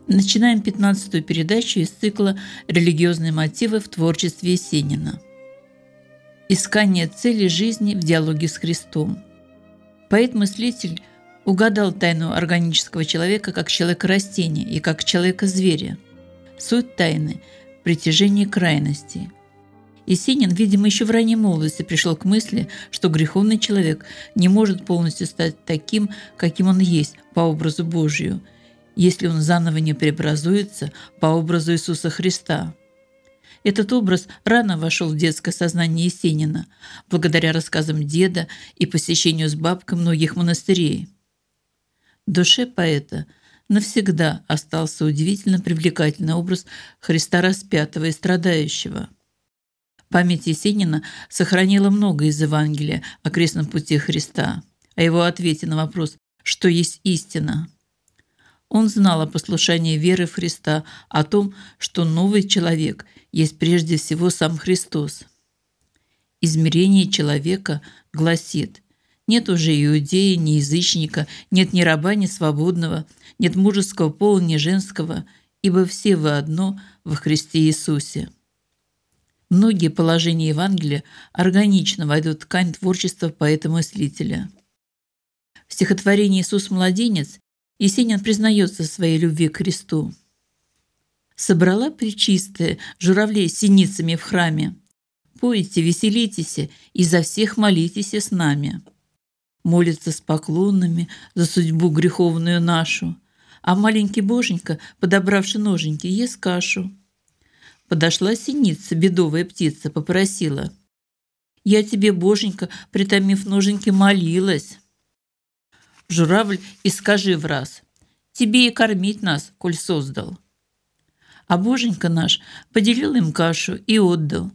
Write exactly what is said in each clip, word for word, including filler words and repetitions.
Начинаем пятнадцатую передачу из цикла «Религиозные мотивы в творчестве Есенина». Искание цели жизни в диалоге с Христом. Поэт-мыслитель угадал тайну органического человека как человека-растения и как человека-зверя. Суть тайны – притяжение крайностей. Есенин, видимо, еще в ранней молодости пришел к мысли, что греховный человек не может полностью стать таким, каким он есть, по образу Божию, если он заново не преобразуется по образу Иисуса Христа. Этот образ рано вошел в детское сознание Есенина, благодаря рассказам деда и посещению с бабкой многих монастырей. В душе поэта навсегда остался удивительно привлекательный образ Христа распятого и страдающего. Память Есенина сохранила много из Евангелия о крестном пути Христа, о его ответе на вопрос «Что есть истина?». Он знал о послушании веры в Христа, о том, что новый человек есть прежде всего сам Христос. Измерение человека гласит: нет уже иудея, ни язычника, нет ни раба, ни свободного, нет мужеского пола, ни женского, ибо все вы одно во Христе Иисусе. Многие положения Евангелия органично войдут в ткань творчества поэта-мыслителя. В стихотворении «Иисус-младенец» Есенин признается в своей любви к Христу. «Собрала пречистая журавлей с синицами в храме. Пойте, веселитесь и за всех молитесь с нами. Молится с поклонами за судьбу греховную нашу, а маленький боженька, подобравши ноженьки, ест кашу. Подошла синица, бедовая птица, попросила: я тебе, боженька, притомив ноженьки, молилась. Журавль, и скажи враз: тебе и кормить нас, коль создал. А боженька наш поделил им кашу и отдал.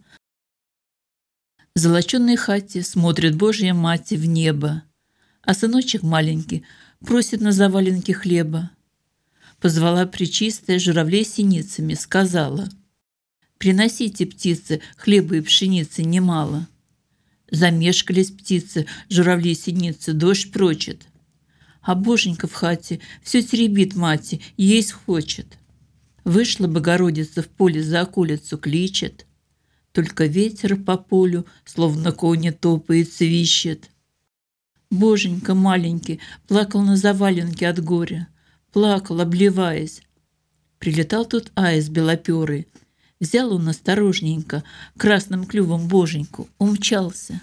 В золоченной хате смотрит Божья Мать в небо, а сыночек маленький просит на заваленке хлеба. Позвала пречистая журавлей синицами, сказала: приносите, птицы, хлеба и пшеницы немало. Замешкались птицы, журавли-синицы, дождь прочит. А боженька в хате все теребит мати, есть хочет. Вышла Богородица в поле за околицу, кличет. Только ветер по полю, словно кони топает, свищет. Боженька маленький плакал на заваленке от горя, плакал, обливаясь. Прилетал тут аист белоперый, взял он осторожненько красным клювом боженьку, умчался.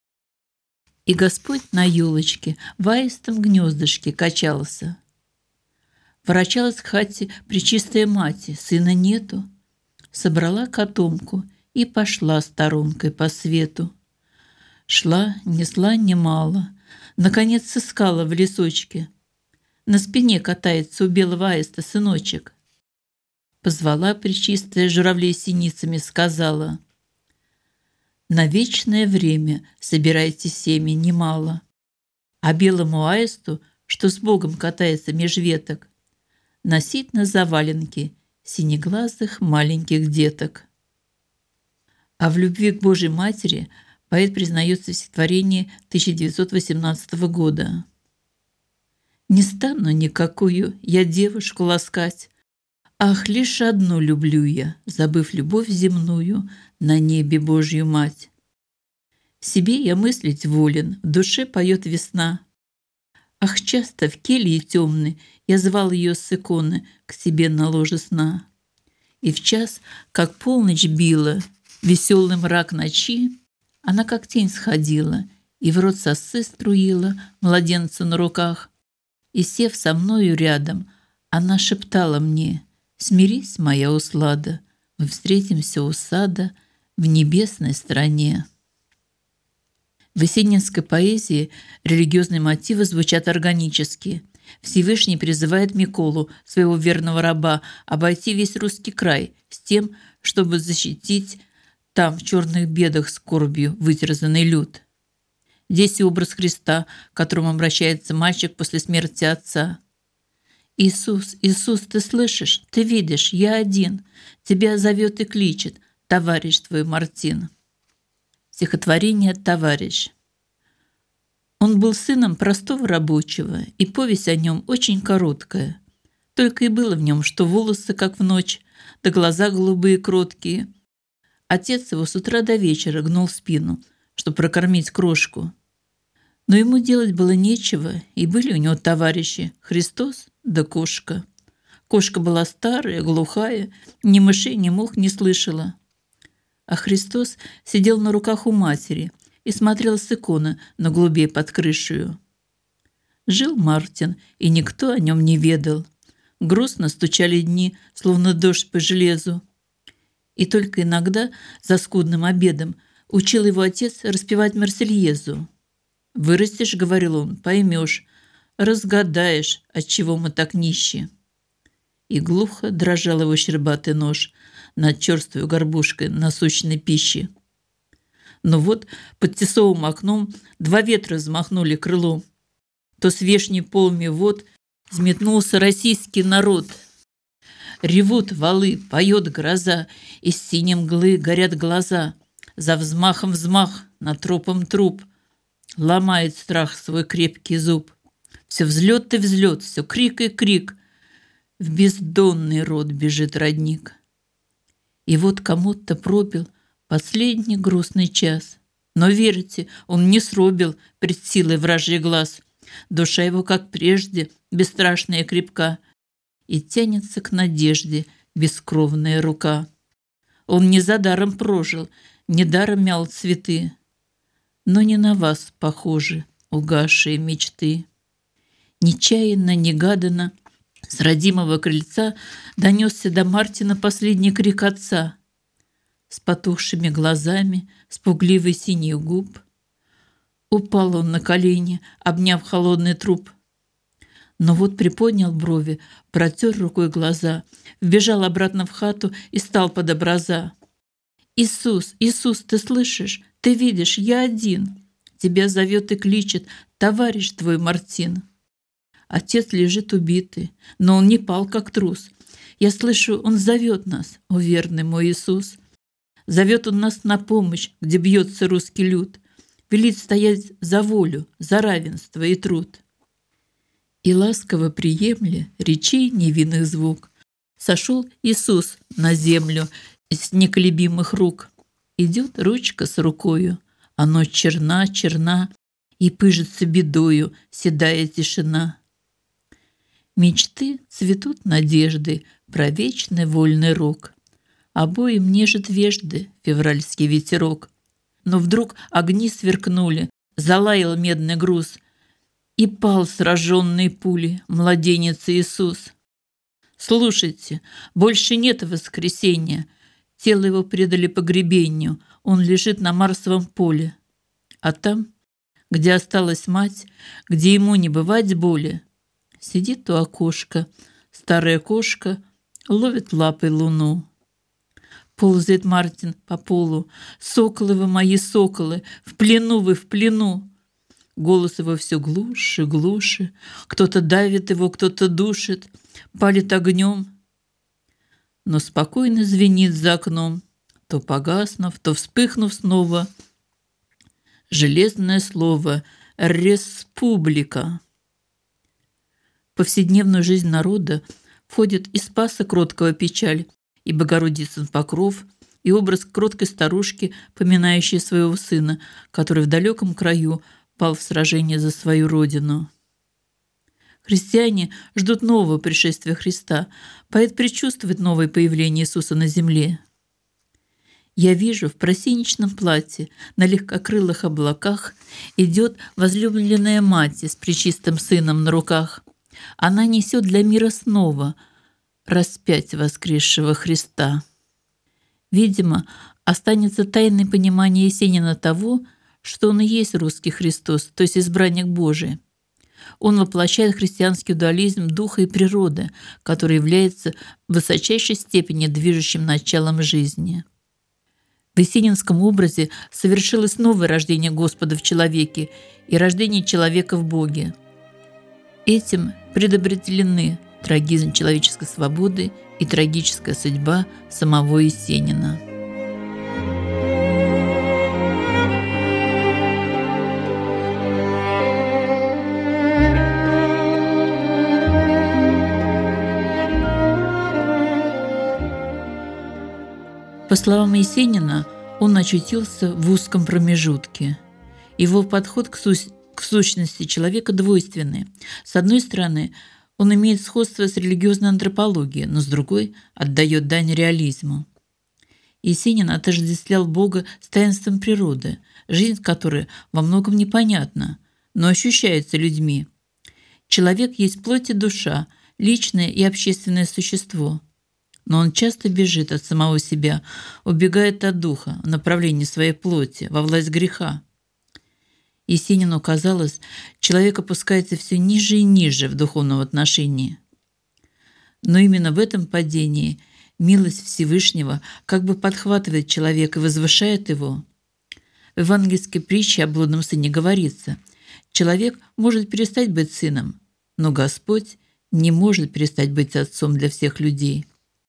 И Господь на елочке в аистом гнездышке качался. Ворочалась к хате пречистая мать, сына нету. Собрала котомку и пошла сторонкой по свету. Шла, несла немало, наконец сыскала в лесочке. На спине катается у белого аиста сыночек. Позвала пречистая журавлей синицами, сказала: на вечное время собирайте семя немало, а белому аисту, что с Богом катается меж веток, носить на заваленке синеглазых маленьких деток. А в любви к Божьей Матери поэт признается в стихотворении тысяча девятьсот восемнадцатого года. «Не стану никакую я девушку ласкать, ах, лишь одну люблю я, забыв любовь земную, на небе Божью Мать. В себе я мыслить волен, в душе поет весна. Ах, часто в келье темной я звал ее с иконы к себе на ложе сна. И в час, как полночь била, веселый мрак ночи, она как тень сходила и в рот сосы струила младенца на руках. И, сев со мною рядом, она шептала мне: смирись, моя услада, мы встретимся у сада в небесной стране. В есенинской поэзии религиозные мотивы звучат органически. Всевышний призывает Миколу, своего верного раба, обойти весь русский край с тем, чтобы защитить там в черных бедах скорбью вытерзанный люд. Здесь и образ Христа, к которому обращается мальчик после смерти отца. «Иисус, Иисус, ты слышишь? Ты видишь? Я один. Тебя зовет и кличет товарищ твой Мартин». Стихотворение «Товарищ». Он был сыном простого рабочего, и повесть о нем очень короткая. Только и было в нем, что волосы, как в ночь, да глаза голубые кроткие. Отец его с утра до вечера гнул спину, чтобы прокормить крошку. Но ему делать было нечего, и были у него товарищи Христос да кошка. Кошка была старая, глухая, ни мышей, ни мух не слышала. А Христос сидел на руках у матери и смотрел с иконы на голубей под крышею. Жил Мартин, и никто о нем не ведал. Грустно стучали дни, словно дождь по железу. И только иногда, за скудным обедом, учил его отец распевать Марсельезу. «Вырастешь, — говорил он, — поймешь, разгадаешь, отчего мы так нищи». И глухо дрожал его щербатый нож над черствой горбушкой насущной пищи. Но вот под тесовым окном два ветра взмахнули крылом. То с вешней полми вод взметнулся российский народ. Ревут валы, поет гроза, из синей мглы горят глаза. За взмахом взмах, над тропом труп, ломает страх свой крепкий зуб. Все взлет и взлет, все крик и крик. В бездонный рот бежит родник. И вот кому-то пробил последний грустный час. Но верьте, он не сробил пред силой вражий глаз. Душа его, как прежде, бесстрашная и крепка, и тянется к надежде бескровная рука. Он не за даром прожил, не даром мял цветы, но не на вас похожи угасшие мечты. Нечаянно, негаданно с родимого крыльца донесся до Мартина последний крик отца. С потухшими глазами, с пугливой синей губ, упал он на колени, обняв холодный труп. Но вот приподнял брови, протер рукой глаза, вбежал обратно в хату и стал под образа. «Иисус, Иисус, ты слышишь? Ты видишь, я один. Тебя зовет и кличет товарищ твой Мартин». Отец лежит убитый, но он не пал, как трус. Я слышу, он зовет нас, о верный мой Иисус. Зовет он нас на помощь, где бьется русский люд. Велит стоять за волю, за равенство и труд. И ласково приемля речей невинных звук, сошел Иисус на землю с неколебимых рук. Идет ручка с рукою, а ночь черна, черна, и пыжится бедою седая тишина. Мечты цветут надежды про вечный вольный рок. Обоим нежит вежды февральский ветерок. Но вдруг огни сверкнули, залаял медный груз, и пал сраженный пулей младенец Иисус. Слушайте, больше нет воскресения. Тело его предали погребению, он лежит на Марсовом поле. А там, где осталась мать, где ему не бывать боли, сидит у окошка старая кошка, ловит лапой луну. Ползает Мартин по полу. «Соколы вы мои, соколы! В плену вы, в плену!» Голос его все глуше, глуше. Кто-то давит его, кто-то душит, палит огнем. Но спокойно звенит за окном, то погаснув, то вспыхнув снова. Железное слово «республика». В повседневную жизнь народа входит и Спаса кроткого печаль, и Богородицын покров, и образ кроткой старушки, поминающей своего сына, который в далеком краю пал в сражении за свою родину. Христиане ждут нового пришествия Христа, поэт предчувствует новое появление Иисуса на земле. «Я вижу, в просенечном платье на легкокрылых облаках идет возлюбленная мать с пречистым сыном на руках. Она несет для мира снова распять воскресшего Христа». Видимо, останется тайное понимание Есенина того, что он и есть русский Христос, то есть избранник Божий. Он воплощает христианский дуализм духа и природы, который является в высочайшей степени движущим началом жизни. В есенинском образе совершилось новое рождение Господа в человеке и рождение человека в Боге. Этим предопределены трагизм человеческой свободы и трагическая судьба самого Есенина. По словам Есенина, он очутился в узком промежутке. Его подход к, су- к сущности человека двойственный. С одной стороны, он имеет сходство с религиозной антропологией, но с другой отдает дань реализму. Есенин отождествлял Бога с таинством природы, жизнь которой во многом непонятна, но ощущается людьми. Человек есть плоть и душа, личное и общественное существо. Но он часто бежит от самого себя, убегает от духа в направлении своей плоти, во власть греха. Есенину казалось, человек опускается все ниже и ниже в духовном отношении. Но именно в этом падении милость Всевышнего как бы подхватывает человека и возвышает его. В евангельской притче о блудном сыне говорится: человек может перестать быть сыном, но Господь не может перестать быть отцом для всех людей.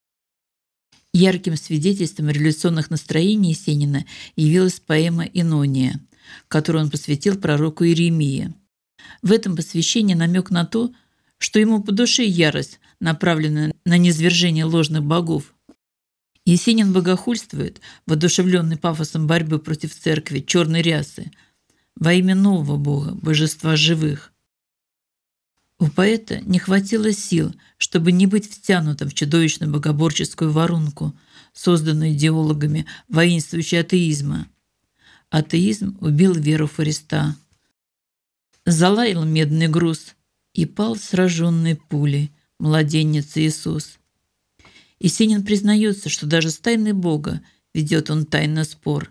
Ярким свидетельством революционных настроений Есенина явилась поэма «Инония», которую он посвятил пророку Иеремии. В этом посвящении намек на то, что ему по душе ярость, направленная на низвержение ложных богов. Есенин богохульствует, воодушевленный пафосом борьбы против церкви, черной рясы, во имя нового бога, божества живых. У поэта не хватило сил, чтобы не быть втянутым в чудовищную богоборческую воронку, созданную идеологами воинствующего атеизма. Атеизм убил веру в Христа. Залаял медный груз, и пал сраженный пулей младенец Иисус. Есенин признается, что даже с тайной Бога ведет он тайный спор.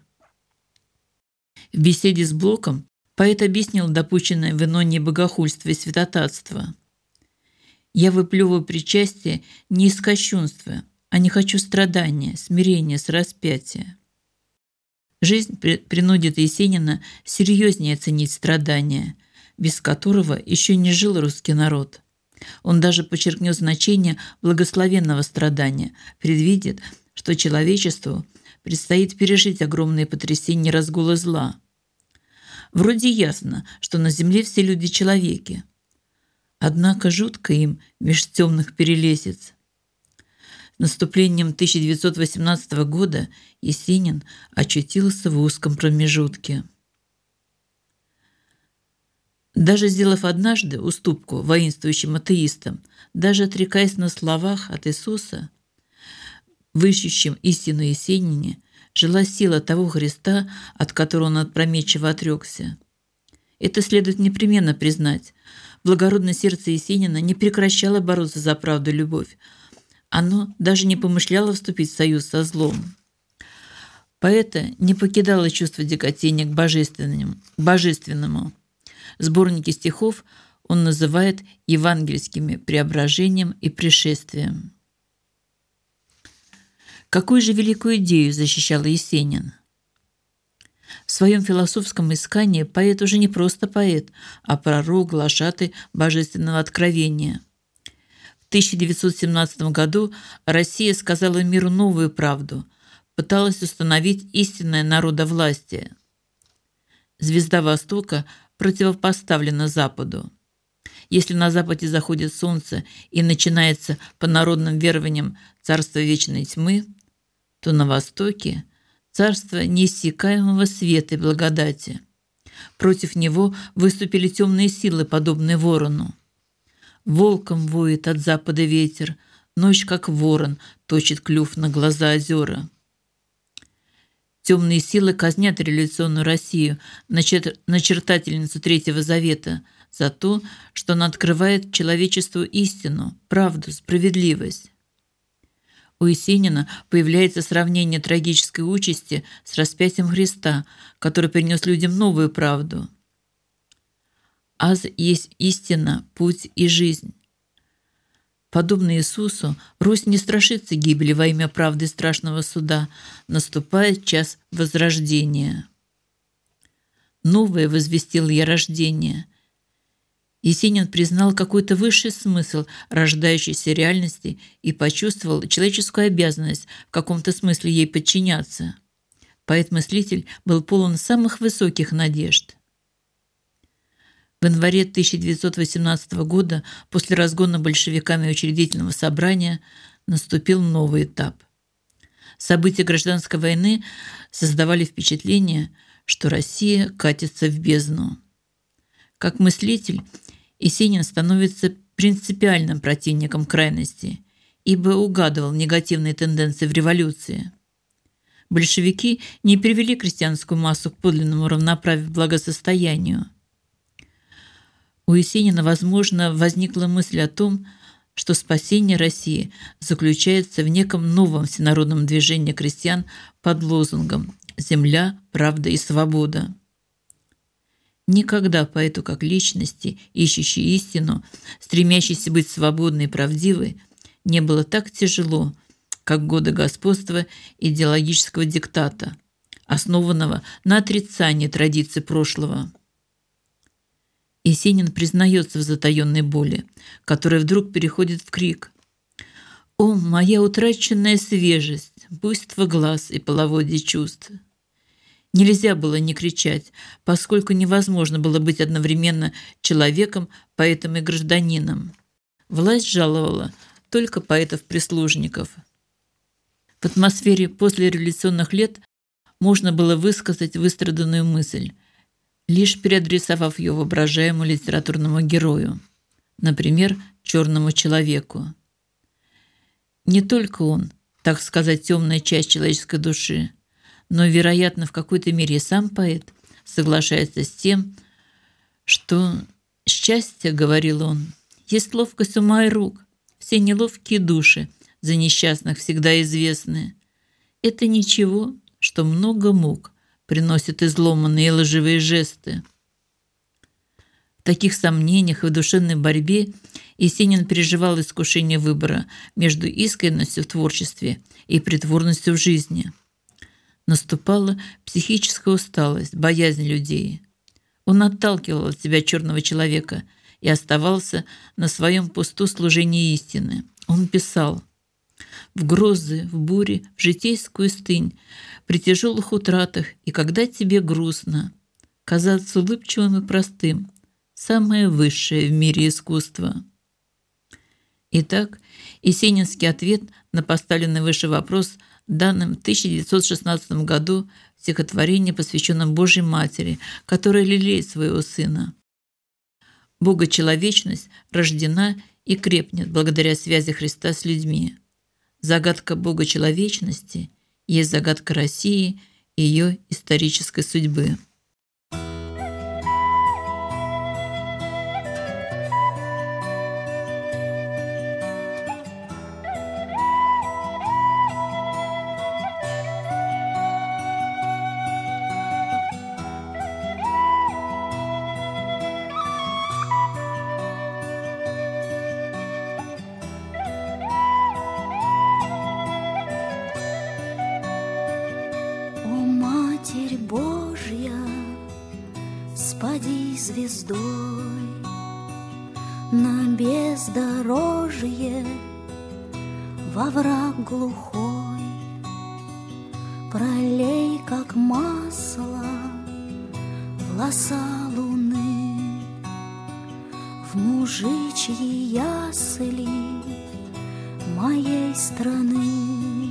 В беседе с Блоком поэт объяснил допущенное в Инонии богохульство и святотатство. «Я выплевываю причастие не из кощунства, а не хочу страдания, смирения с распятия». Жизнь принудит Есенина серьезнее оценить страдания, без которого еще не жил русский народ. Он даже подчеркнет значение благословенного страдания, предвидит, что человечеству предстоит пережить огромные потрясения разгула зла. Вроде ясно, что на земле все люди человеки. Однако жутко им меж темных перелесиц. С наступлением тысяча девятьсот восемнадцатого года Есенин очутился в узком промежутке. Даже сделав однажды уступку воинствующим атеистам, даже отрекаясь на словах от Иисуса, в ищущем истину Есенине жила сила того Христа, от которого он опрометчиво отрекся. Это следует непременно признать. Благородное сердце Есенина не прекращало бороться за правду и любовь. Оно даже не помышляло вступить в союз со злом. Поэта не покидало чувство тяготения к божественному. божественному. Сборники стихов он называет евангельскими преображением и пришествием. Какую же великую идею защищал Есенин? В своем философском искании поэт уже не просто поэт, а пророк, глашатай божественного откровения. В тысяча девятьсот семнадцатом году Россия сказала миру новую правду, пыталась установить истинное народовластие. Звезда Востока противопоставлена Западу. Если на Западе заходит солнце и начинается по народным верованиям царство вечной тьмы, то на Востоке царство неиссякаемого света и благодати. Против него выступили темные силы, подобные ворону. Волком воет от запада ветер, ночь, как ворон, точит клюв на глаза озера. Темные силы казнят революционную Россию, начертательницу Третьего Завета, за то, что она открывает человечеству истину, правду, справедливость. У Есенина появляется сравнение трагической участи с распятием Христа, который принес людям новую правду. «Аз есть истина, путь и жизнь». Подобно Иисусу, Русь не страшится гибели во имя правды и страшного суда. Наступает час возрождения. «Новое возвестил я рождение». Есенин признал какой-то высший смысл рождающейся реальности и почувствовал человеческую обязанность в каком-то смысле ей подчиняться. Поэт-мыслитель был полон самых высоких надежд. В январе тысяча девятьсот восемнадцатого года, после разгона большевиками Учредительного собрания, наступил новый этап. События гражданской войны создавали впечатление, что Россия катится в бездну. Как мыслитель, Есенин становится принципиальным противником крайности, ибо угадывал негативные тенденции в революции. Большевики не привели крестьянскую массу к подлинному равноправию, благосостоянию. У Есенина, возможно, возникла мысль о том, что спасение России заключается в неком новом всенародном движении крестьян под лозунгом «Земля, правда и свобода». Никогда поэту как личности, ищущей истину, стремящейся быть свободной и правдивой, не было так тяжело, как годы господства идеологического диктата, основанного на отрицании традиций прошлого. Есенин признается в затаенной боли, которая вдруг переходит в крик. «О, моя утраченная свежесть, буйство глаз и половодье чувств!» Нельзя было не кричать, поскольку невозможно было быть одновременно человеком, поэтом и гражданином. Власть жаловала только поэтов-прислужников. В атмосфере послереволюционных лет можно было высказать выстраданную мысль, лишь переадресовав ее воображаемому литературному герою, например, черному человеку. Не только он, так сказать, темная часть человеческой души, но, вероятно, в какой-то мере и сам поэт соглашается с тем, что «счастье, — говорил он, — есть ловкость ума и рук, все неловкие души за несчастных всегда известны. Это ничего, что много мук приносит изломанные и лживые жесты». В таких сомнениях и в душевной борьбе Есенин переживал искушение выбора между искренностью в творчестве и притворностью в жизни. Наступала психическая усталость, боязнь людей. Он отталкивал от себя черного человека и оставался на своем посту служения истины. Он писал: «В грозы, в буре, в житейскую стынь, при тяжелых утратах и когда тебе грустно, казаться улыбчивым и простым – самое высшее в мире искусство». Итак, есенинский ответ на поставленный выше вопрос данным в тысяча девятьсот шестнадцатом году в стихотворении, посвященном Божьей Матери, которая лелеет своего Сына. Богочеловечность рождена и крепнет благодаря связи Христа с людьми. Загадка богочеловечности есть загадка России и ее исторической судьбы. Матерь Божья, спади звездой на бездорожье, во враг глухой, пролей, как масло, в лоса луны, в мужичьи ясли моей страны.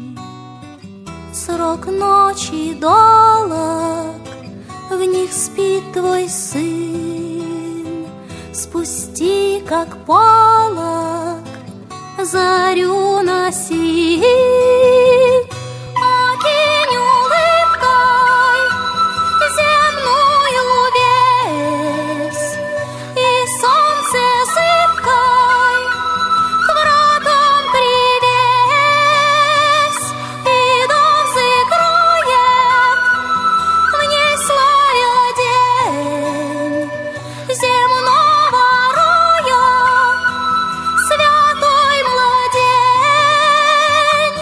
Срок ночи долог, в них спит твой сын. Спусти, как полог, зарю носи. Окинь улыбкой земную весь, и солнце зыбкой к вратам привесь, и дом закроет в ней славя день земного роя, святой младень.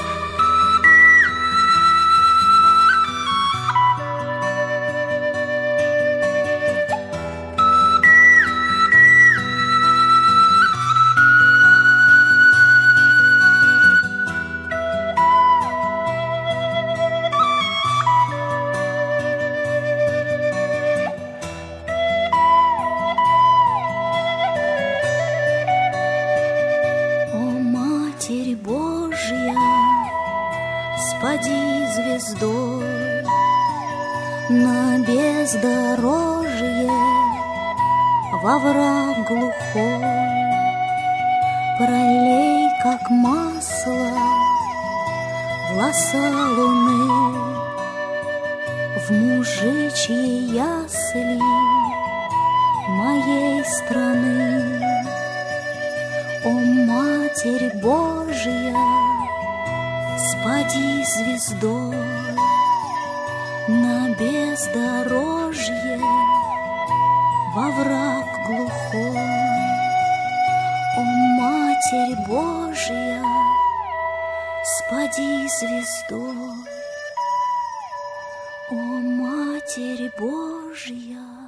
О, Матерь Божья, спади звездой на бездорожье, во враг глухой, пролей, как масло, в лоса луны, в мужичьи ясли моей страны. О, Матерь Божья, спади звездой на бездорожье, во враг глухой. О, Матерь Божья, спади звездой. О, Матерь Божья,